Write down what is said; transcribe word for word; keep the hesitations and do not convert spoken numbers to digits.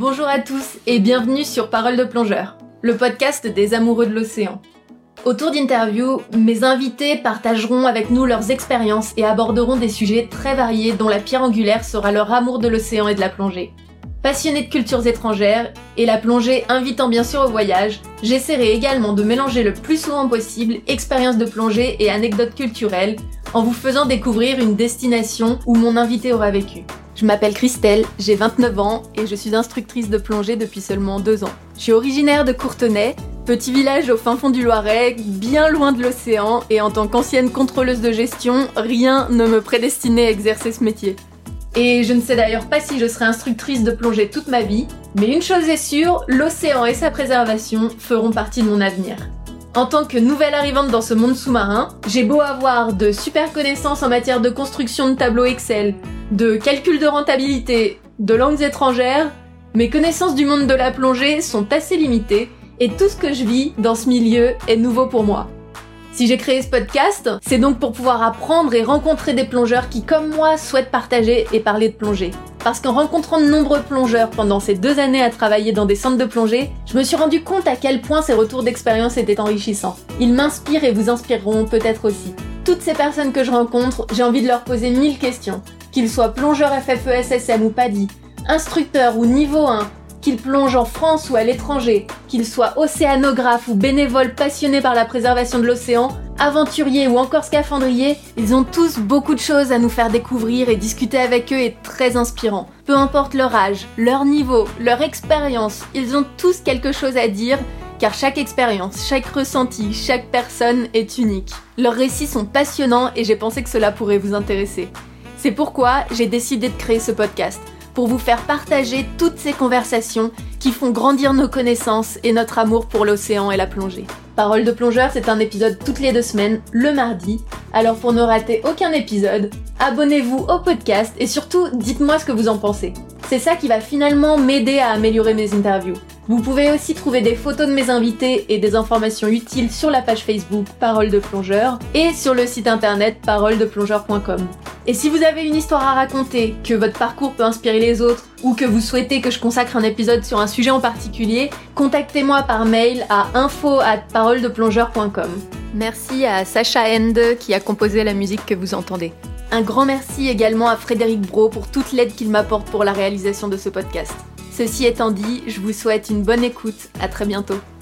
Bonjour à tous et bienvenue sur Parole de plongeur, le podcast des amoureux de l'océan. Autour d'interviews, mes invités partageront avec nous leurs expériences et aborderont des sujets très variés dont la pierre angulaire sera leur amour de l'océan et de la plongée. Passionnée de cultures étrangères et la plongée invitant bien sûr au voyage, j'essaierai également de mélanger le plus souvent possible expériences de plongée et anecdotes culturelles en vous faisant découvrir une destination où mon invité aura vécu. Je m'appelle Christelle, j'ai vingt-neuf ans et je suis instructrice de plongée depuis seulement deux ans. Je suis originaire de Courtenay, petit village au fin fond du Loiret, bien loin de l'océan, et en tant qu'ancienne contrôleuse de gestion, rien ne me prédestinait à exercer ce métier. Et je ne sais d'ailleurs pas si je serai instructrice de plongée toute ma vie, mais une chose est sûre, l'océan et sa préservation feront partie de mon avenir. En tant que nouvelle arrivante dans ce monde sous-marin, j'ai beau avoir de super connaissances en matière de construction de tableaux Excel, de calcul de rentabilité, de langues étrangères, mes connaissances du monde de la plongée sont assez limitées et tout ce que je vis dans ce milieu est nouveau pour moi. Si j'ai créé ce podcast, c'est donc pour pouvoir apprendre et rencontrer des plongeurs qui, comme moi, souhaitent partager et parler de plongée. Parce qu'en rencontrant de nombreux plongeurs pendant ces deux années à travailler dans des centres de plongée, je me suis rendu compte à quel point ces retours d'expérience étaient enrichissants. Ils m'inspirent et vous inspireront peut-être aussi. Toutes ces personnes que je rencontre, j'ai envie de leur poser mille questions. Qu'ils soient plongeurs F F E S S M ou PADI, instructeurs ou niveau un, qu'ils plongent en France ou à l'étranger, qu'ils soient océanographes ou bénévoles passionnés par la préservation de l'océan, aventuriers ou encore scaphandriers, ils ont tous beaucoup de choses à nous faire découvrir et discuter avec eux est très inspirant. Peu importe leur âge, leur niveau, leur expérience, ils ont tous quelque chose à dire, car chaque expérience, chaque ressenti, chaque personne est unique. Leurs récits sont passionnants et j'ai pensé que cela pourrait vous intéresser. C'est pourquoi j'ai décidé de créer ce podcast, pour vous faire partager toutes ces conversations qui font grandir nos connaissances et notre amour pour l'océan et la plongée. Parole de plongeur, c'est un épisode toutes les deux semaines, le mardi. Alors pour ne rater aucun épisode, abonnez-vous au podcast et surtout, dites-moi ce que vous en pensez. C'est ça qui va finalement m'aider à améliorer mes interviews. Vous pouvez aussi trouver des photos de mes invités et des informations utiles sur la page Facebook Parole de plongeur et sur le site internet parole de plongeur point com. Et si vous avez une histoire à raconter, que votre parcours peut inspirer les autres, ou que vous souhaitez que je consacre un épisode sur un sujet en particulier, contactez-moi par mail à info arobase parole de plongeur point com. Merci à Sacha Ende qui a composé la musique que vous entendez. Un grand merci également à Frédéric Brault pour toute l'aide qu'il m'apporte pour la réalisation de ce podcast. Ceci étant dit, je vous souhaite une bonne écoute, à très bientôt.